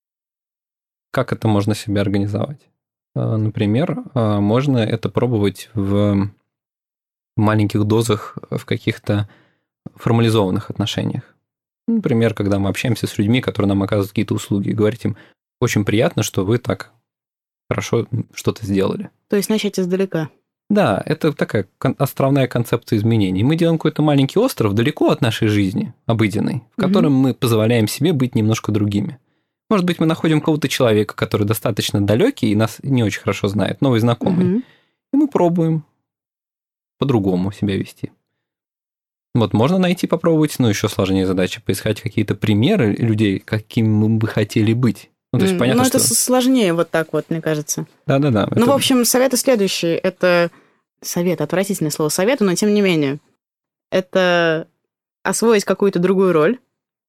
Как это можно себе организовать? Например, можно это пробовать в маленьких дозах в каких-то формализованных отношениях. Например, когда мы общаемся с людьми, которые нам оказывают какие-то услуги, и говорить им, очень приятно, что вы так хорошо что-то сделали. То есть начать издалека. Да, это такая островная концепция изменений. Мы делаем какой-то маленький остров далеко от нашей жизни, обыденной, в котором угу. мы позволяем себе быть немножко другими. Может быть, мы находим кого-то человека, который достаточно далекий и нас не очень хорошо знает, новый знакомый, угу. и мы пробуем по-другому себя вести. Вот, можно найти, попробовать, но еще сложнее задача, поискать какие-то примеры людей, какими мы бы хотели быть. Ну, то есть, понятно, ну, это что... сложнее вот так вот, мне кажется. Да-да-да. Ну, это... в общем, советы следующие. Это совет, отвратительное слово совету, но тем не менее. Это освоить какую-то другую роль.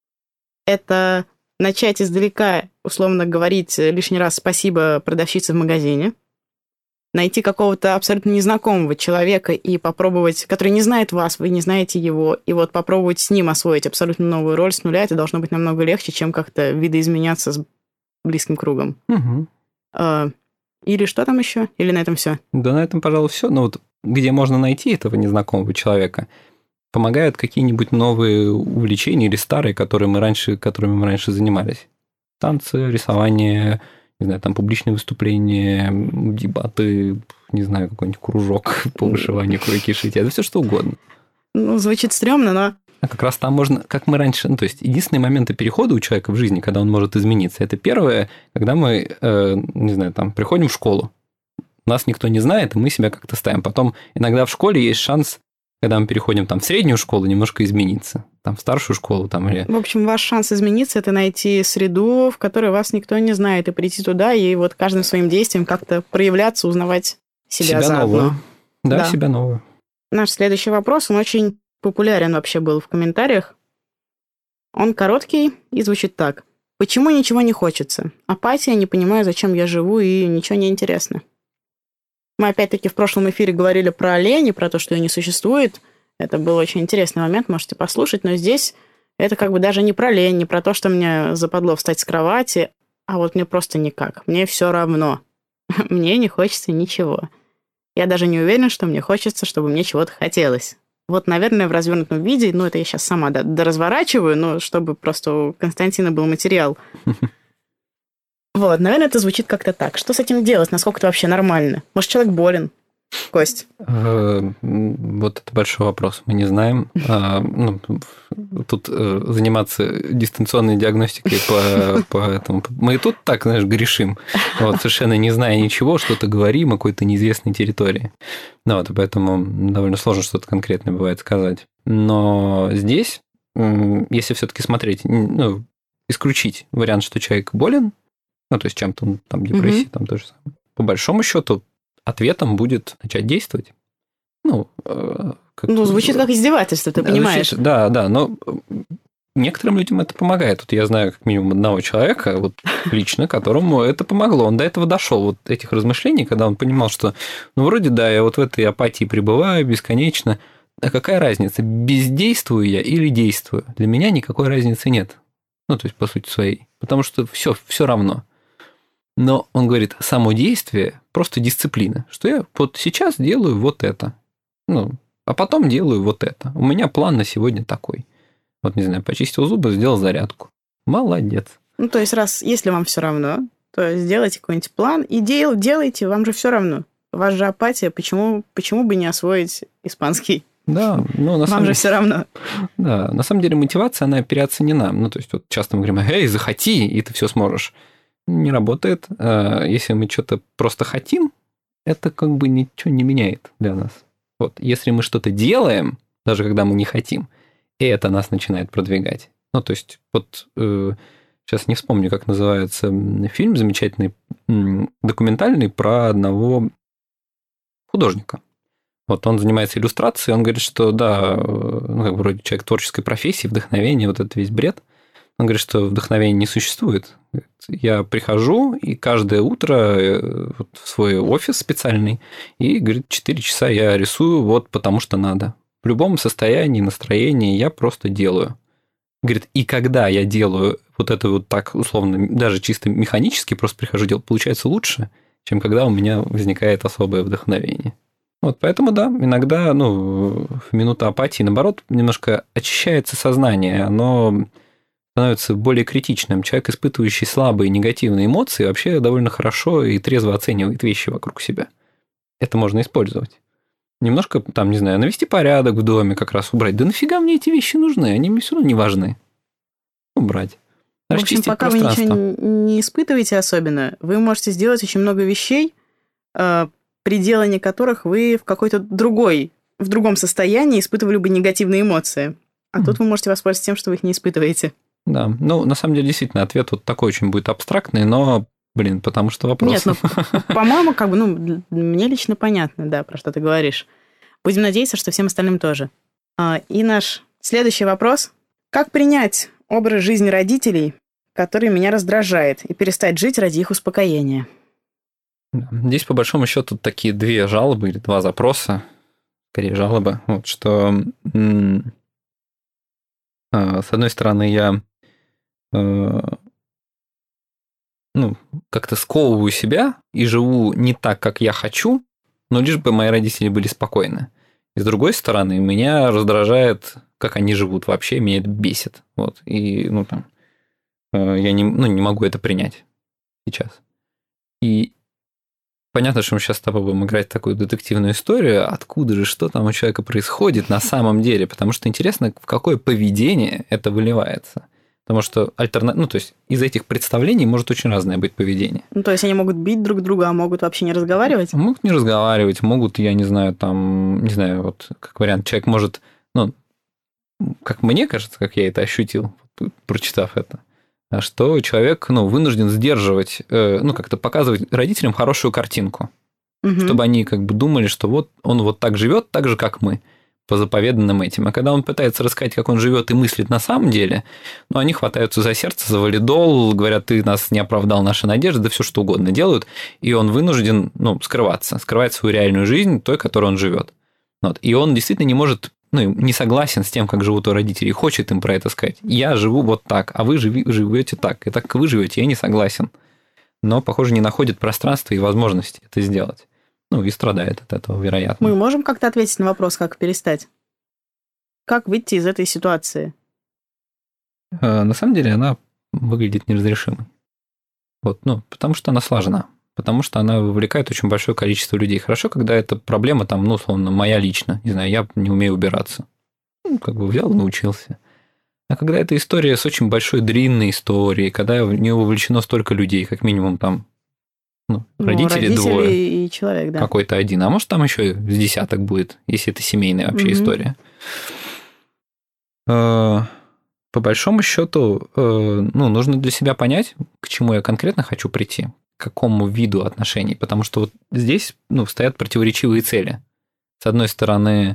Это начать издалека, условно говорить лишний раз спасибо продавщице в магазине. Найти какого-то абсолютно незнакомого человека и попробовать, который не знает вас, вы не знаете его, и вот попробовать с ним освоить абсолютно новую роль с нуля, это должно быть намного легче, чем как-то видоизменяться с близким кругом. Угу. А, или что там еще? Или на этом все? Да, на этом, пожалуй, все. Но вот где можно найти этого незнакомого человека, помогают какие-нибудь новые увлечения или старые, которые мы раньше, которыми мы раньше занимались. Танцы, рисование, не знаю, там публичные выступления, дебаты, не знаю, какой-нибудь кружок по вышиванию, кройки, шитья, да все что угодно. Ну, звучит стрёмно, но... А как раз там можно, как мы раньше, ну, то есть единственные моменты перехода у человека в жизни, когда он может измениться, это первое, когда мы, э, не знаю, там, приходим в школу, нас никто не знает, и мы себя как-то ставим. Потом иногда в школе есть шанс, когда мы переходим там в среднюю школу, немножко измениться, там в старшую школу там или... В общем, ваш шанс измениться – это найти среду, в которой вас никто не знает, и прийти туда, и вот каждым своим действием как-то проявляться, узнавать себя, себя заодно. Новую. Да, да, себя новую. Наш следующий вопрос, он очень популярен вообще был в комментариях. Он короткий и звучит так. Почему ничего не хочется? Апатия, не понимаю, зачем я живу, и ничего не интересно. Мы опять-таки в прошлом эфире говорили про лень и про то, что ее не существует. Это был очень интересный момент, можете послушать, но здесь это как бы даже не про лень, не про то, что мне западло встать с кровати, а вот мне просто никак. Мне все равно. Мне не хочется ничего. Я даже не уверен, что мне хочется, чтобы мне чего-то хотелось. Вот, наверное, в развернутом виде, ну, это я сейчас сама доразворачиваю, но чтобы просто у Константина был материал. Вот, наверное, это звучит как-то так. Что с этим делать? Насколько это вообще нормально? Может, человек болен? Кость? Вот это большой вопрос. Мы не знаем. Тут заниматься дистанционной диагностикой по, по этому... Мы и тут так, знаешь, грешим. Вот, совершенно не зная ничего, что-то говорим о какой-то неизвестной территории. Ну, вот, и поэтому довольно сложно что-то конкретное бывает сказать. Но здесь, если все-таки смотреть, ну, исключить вариант, что человек болен, ну, то есть чем-то, там, депрессия, mm-hmm. там то же самое. По большому счету, ответом будет начать действовать. Ну, как... ну звучит как издевательство, ты понимаешь. Звучит, да, да, но некоторым людям это помогает. Вот я знаю как минимум одного человека, вот лично, которому это помогло. Он до этого дошел вот этих размышлений, когда он понимал, что, ну, вроде, да, я вот в этой апатии пребываю бесконечно. А какая разница, бездействую я или действую? Для меня никакой разницы нет. Ну, то есть, по сути своей. Потому что все, все равно. Но он говорит, само действие просто дисциплина, что я вот сейчас делаю вот это, ну, а потом делаю вот это. У меня план на сегодня такой. Вот, не знаю, почистил зубы, сделал зарядку. Молодец. Ну, то есть, раз, если вам все равно, то сделайте какой-нибудь план и дел, делайте, вам же все равно. У вас же апатия, почему, почему бы не освоить испанский? Да, ну, на Вам самом же деле, все равно. Да, на самом деле мотивация, она переоценена. Ну, то есть, вот часто мы говорим, эй, захоти, и ты все сможешь. Не работает. Если мы что-то просто хотим, это как бы ничего не меняет для нас. Вот. Если мы что-то делаем, даже когда мы не хотим, и это нас начинает продвигать. Ну, то есть, вот сейчас не вспомню, как называется фильм замечательный, документальный про одного художника. Вот он занимается иллюстрацией, он говорит, что да, ну, как бы вроде человек творческой профессии, вдохновение, вот этот весь бред. Он говорит, что вдохновения не существует. Я прихожу, и каждое утро вот в свой офис специальный, и, говорит, четыре часа я рисую вот потому, что надо. В любом состоянии, настроении я просто делаю. Говорит, и когда я делаю вот это вот так, условно, даже чисто механически, просто прихожу делать, получается лучше, чем когда у меня возникает особое вдохновение. Вот, поэтому, да, иногда, ну, в минуту апатии, наоборот, немножко очищается сознание, оно становится более критичным. Человек, испытывающий слабые негативные эмоции, вообще довольно хорошо и трезво оценивает вещи вокруг себя. Это можно использовать. Немножко, там, не знаю, навести порядок в доме, как раз убрать. Да нафига мне эти вещи нужны? Они мне все равно не важны. Убрать. В общем, пока вы ничего не испытываете особенно, вы можете сделать очень много вещей, при делании которых вы в какой-то другой, в другом состоянии испытывали бы негативные эмоции. А mm. тут вы можете воспользоваться тем, что вы их не испытываете. Да, ну, на самом деле, действительно, ответ вот такой очень будет абстрактный, но, блин, потому что вопрос... Нет, ну, по-моему, как бы, ну, мне лично понятно, да, про что ты говоришь. Будем надеяться, что всем остальным тоже. И наш следующий вопрос. Как принять образ жизни родителей, который меня раздражает, и перестать жить ради их успокоения? Здесь, по большому счету, такие две жалобы или два запроса, скорее жалобы, вот, что с одной стороны я ну, как-то сковываю себя и живу не так, как я хочу, но лишь бы мои родители были спокойны. И с другой стороны, меня раздражает, как они живут вообще, меня это бесит. Вот, и ну, там, я не, ну, не могу это принять сейчас. И Понятно, что мы сейчас с тобой будем играть в такую детективную историю, откуда же, что там у человека происходит на самом деле, потому что интересно, в какое поведение это выливается. Потому что альтерна... ну, то есть из этих представлений может очень разное быть поведение. Ну, то есть они могут бить друг друга, а могут вообще не разговаривать? Могут не разговаривать, могут, я не знаю, там, не знаю, вот как вариант, человек может, ну, как мне кажется, как я это ощутил, прочитав это, что человек, ну, вынужден сдерживать, ну, как-то показывать родителям хорошую картинку, угу. чтобы они как бы думали, что вот он вот так живет, так же, как мы, по заповеданным этим. А когда он пытается рассказать, как он живет и мыслит на самом деле, ну, они хватаются за сердце, за валидол, говорят, ты нас не оправдал наши надежды, да все что угодно делают, и он вынужден, ну, скрываться, скрывать свою реальную жизнь, той, которой он живет. Вот. И он действительно не может, ну, не согласен с тем, как живут его родители, и хочет им про это сказать. Я живу вот так, а вы живете так, и так, как вы живете, я не согласен. Но, похоже, не находит пространства и возможности это сделать. Ну, и страдает от этого, вероятно. Мы можем как-то ответить на вопрос, как перестать? Как выйти из этой ситуации? На самом деле она выглядит неразрешимой. Вот, ну, потому что она сложна. Потому что она вовлекает очень большое количество людей. Хорошо, когда эта проблема, там, ну, условно, моя лично. Не знаю, я не умею убираться. Ну, как бы взял и научился. А когда эта история с очень большой длинной историей, когда в нее вовлечено столько людей, как минимум там, ну, родители, ну, родители двое, и человек, да. Какой-то один, а может там еще с десяток будет, если это семейная вообще mm-hmm. история. По большому счету, ну, нужно для себя понять, к чему я конкретно хочу прийти, к какому виду отношений, потому что вот здесь, ну, стоят противоречивые цели. С одной стороны...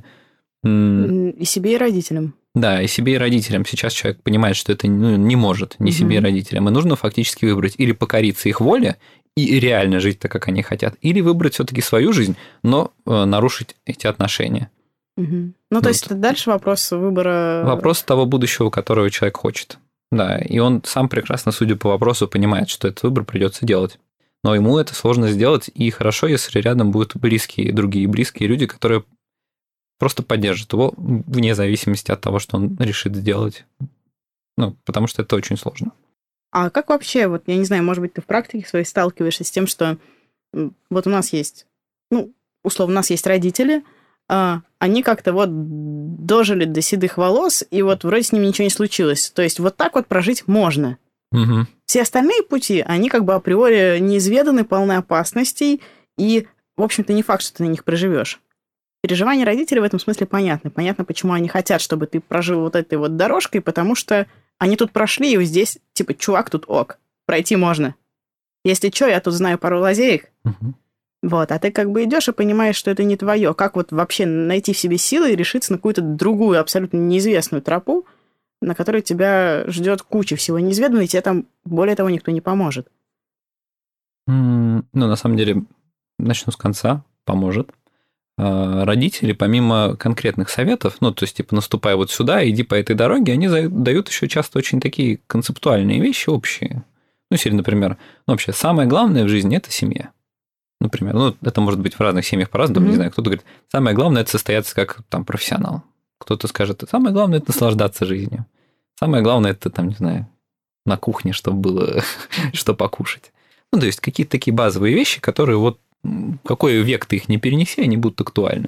И себе, и родителям. Да, и себе, и родителям. Сейчас человек понимает, что это, ну, не может, ни mm-hmm. себе, и родителям. И нужно фактически выбрать или покориться их воле, и реально жить так, как они хотят, или выбрать все-таки свою жизнь, но нарушить эти отношения. Угу. Ну, вот. То есть это дальше вопрос выбора... Вопрос того будущего, которого человек хочет. Да, и он сам прекрасно, судя по вопросу, понимает, что этот выбор придется делать. Но ему это сложно сделать, и хорошо, если рядом будут близкие, другие близкие люди, которые просто поддержат его вне зависимости от того, что он решит сделать. Ну, потому что это очень сложно. А как вообще, вот я не знаю, может быть, ты в практике своей сталкиваешься с тем, что вот у нас есть, ну, условно, у нас есть родители, а они как-то вот дожили до седых волос, и вот вроде с ними ничего не случилось. То есть вот так вот прожить можно. Угу. Все остальные пути, они как бы априори неизведаны, полны опасностей, и, в общем-то, не факт, что ты на них проживешь. Переживания родителей в этом смысле понятны. Понятно, почему они хотят, чтобы ты прожил вот этой вот дорожкой, потому что они тут прошли, и вот здесь, типа, чувак, тут ок, пройти можно. Если что, я тут знаю пару лазеек. Угу. Вот, а ты как бы идешь и понимаешь, что это не твое. Как вот вообще найти в себе силы и решиться на какую-то другую, абсолютно неизвестную тропу, на которой тебя ждет куча всего неизведанного, и тебе там, более того, никто не поможет. Mm, ну, на самом деле, начну с конца, поможет. Родители, помимо конкретных советов, ну, то есть, типа, наступай вот сюда, иди по этой дороге, они дают еще часто очень такие концептуальные вещи общие. Ну, если, например, ну, вообще, самое главное в жизни – это семья. Например, ну, это может быть в разных семьях по-разному, mm-hmm. не знаю, кто-то говорит, самое главное – это состояться как там профессионал. Кто-то скажет, самое главное – это наслаждаться жизнью. Самое главное – это, там, не знаю, на кухне, чтобы было что покушать. Ну, то есть, какие-то такие базовые вещи, которые вот какой век ты их не перенеси, они будут актуальны.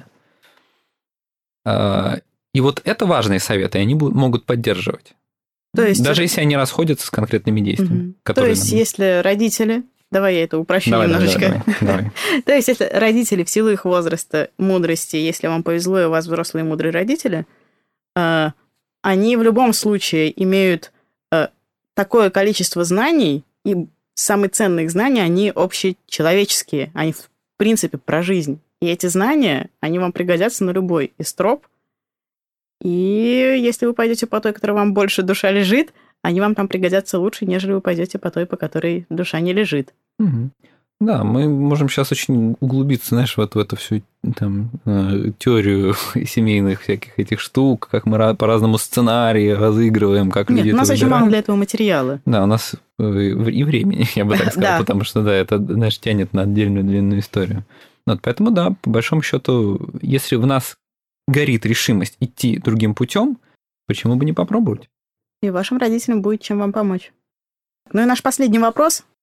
И вот это важные советы, они могут поддерживать. То есть... Даже если они расходятся с конкретными действиями. Угу. То есть, нам... если родители... Давай я это упрощу давай, немножечко. Давай, давай, давай. То есть, если родители в силу их возраста, мудрости, если вам повезло, и у вас взрослые мудрые родители, они в любом случае имеют такое количество знаний, и самые ценные их знания, они общечеловеческие, они в принципе про жизнь. И эти знания, они вам пригодятся на любой из троп. И если вы пойдете по той, которая вам больше душа лежит, они вам там пригодятся лучше, нежели вы пойдете по той, по которой душа не лежит. Угу. Да, мы можем сейчас очень углубиться, знаешь, вот в эту всю там, теорию семейных всяких этих штук, как мы по разному сценарию разыгрываем, как Нет, люди у нас это очень мало для этого материала. Да, у нас и времени, я бы так сказал, да. Потому что, да, это, знаешь, тянет на отдельную длинную историю. Вот, поэтому, да, по большому счету, если в нас горит решимость идти другим путем, почему бы не попробовать? И вашим родителям будет чем вам помочь. Ну и наш последний вопрос.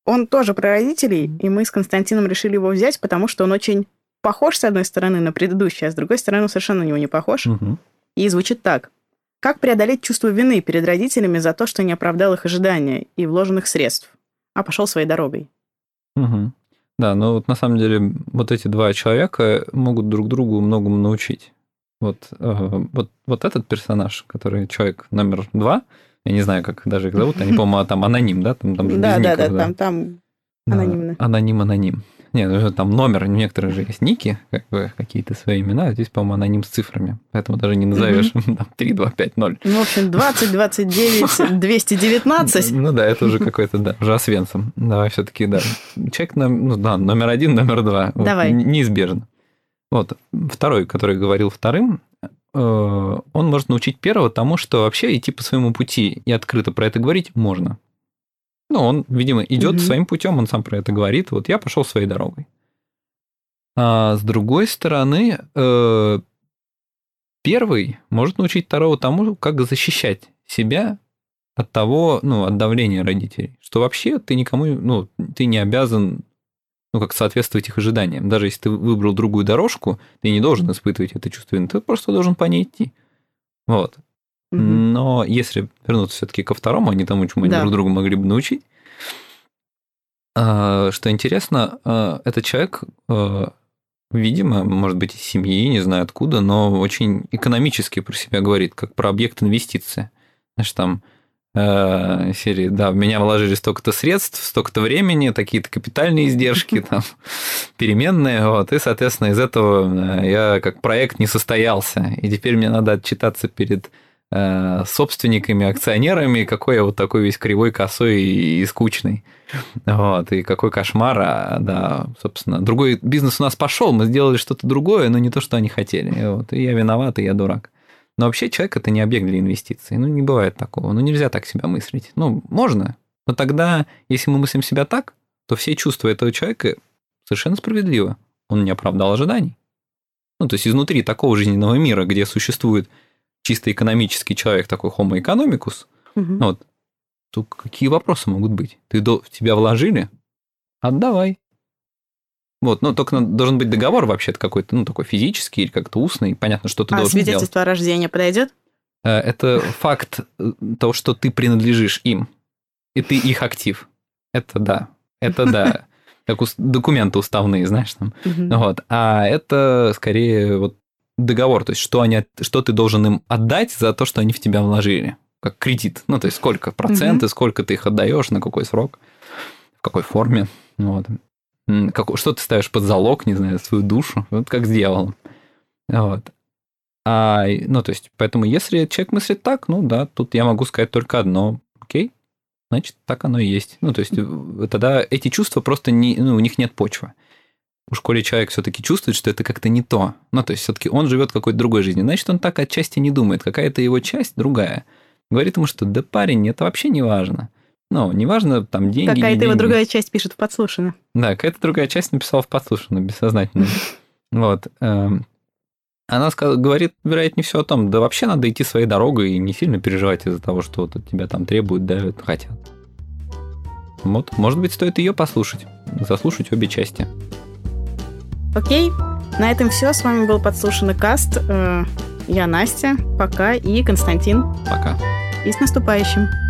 Он тоже про родителей, и мы с Константином решили его взять, потому что он очень похож, с одной стороны, на предыдущий, а с другой стороны, он совершенно на него не похож. Угу. И звучит так. Как преодолеть чувство вины перед родителями за то, что не оправдал их ожидания и вложенных средств, а пошел своей дорогой? Угу. Да, но вот на самом деле вот эти два человека могут друг другу многому научить. Вот, э, вот, вот этот персонаж, который человек номер два, я не знаю, как даже их зовут, они, по-моему, там аноним, да? Там, там же да, без да, ников, да, да, там, там да, анонимно. Аноним, аноним. Нет, там номер, некоторые же есть ники, как бы какие-то свои имена, а здесь, по-моему, аноним с цифрами, поэтому даже не назовешь mm-hmm. там три, два, пять, ноль. Ну, в общем, двадцать, двадцать девять, двести девятнадцать. Ну да, это уже какой-то, да, уже Освенцим. Давай все-таки, да. Человек, ну да, номер один, номер два. Давай. Вот, неизбежно. Вот, второй, который говорил вторым, он может научить первого тому, что вообще идти по своему пути и открыто про это говорить можно. Ну, он, видимо, идет mm-hmm. своим путем, он сам про это говорит. Вот я пошел своей дорогой. А с другой стороны, первый может научить второго тому, как защищать себя от того, ну, от давления родителей. Что вообще ты никому, ну, ты не обязан, ну, как соответствовать их ожиданиям. Даже если ты выбрал другую дорожку, ты не должен испытывать это чувство вины, ты просто должен по ней идти. Вот. Но если вернуться все-таки ко второму, а не тому, чему да. они друг друга могли бы научить, что интересно, этот человек, видимо, может быть, из семьи, не знаю откуда, но очень экономически про себя говорит, как про объект инвестиции. Знаешь, там серии, да, в меня вложили столько-то средств, столько-то времени, такие-то капитальные издержки, там, переменные, вот, и, соответственно, из этого я как проект не состоялся, и теперь мне надо отчитаться перед собственниками, акционерами, какой я вот такой весь кривой, косой и скучный. Вот, и какой кошмар, а, да, собственно. Другой бизнес у нас пошел, мы сделали что-то другое, но не то, что они хотели. Вот, и я виноват, и я дурак. Но вообще человек – это не объект для инвестиций. Ну, не бывает такого. Ну, нельзя так себя мыслить. Ну, можно. Но тогда, если мы мыслим себя так, то все чувства этого человека совершенно справедливы. Он не оправдал ожиданий. Ну, то есть, изнутри такого жизненного мира, где существует чисто экономический человек, такой homo economicus, угу. вот, то какие вопросы могут быть? Ты до... в тебя вложили? Отдавай. Вот, но только должен быть договор вообще-то какой-то, ну, такой физический или как-то устный. Понятно, что ты а должен сделать. А свидетельство о рождении подойдет? Это факт того, что ты принадлежишь им, и ты их актив. Это да, это да. Как документы уставные, знаешь, там. Вот. А это скорее вот договор, то есть что, они, что ты должен им отдать за то, что они в тебя вложили. Как кредит. Ну, то есть сколько проценты, сколько ты их отдаешь, на какой срок, в какой форме. Вот. Как, что ты ставишь под залог, не знаю, свою душу, вот как с дьяволом. Вот. А, ну, то есть, поэтому, если человек мыслит так, ну, да, тут я могу сказать только одно. Окей, значит, так оно и есть. Ну, то есть, тогда эти чувства просто, не, ну, у них нет почвы. Уж коли человек все-таки чувствует, что это как-то не то. Ну, то есть, все-таки он живет какой-то другой жизнью. Значит, он так отчасти не думает. Какая-то его часть другая. Говорит ему, что да, парень, это вообще не важно. Ну, неважно, там, деньги, Какая-то деньги. его другая часть пишет в подслушано. Да, какая-то другая часть написала в подслушано, бессознательно. Вот. Она говорит, вероятнее всего, о том, да вообще надо идти своей дорогой и не сильно переживать из-за того, что вот от тебя там требуют, давят, хотят. Вот, может быть, стоит ее послушать, заслушать обе части. Окей, на этом все. С вами был подслушанный каст. Я Настя, пока, и Константин. Пока. И с наступающим.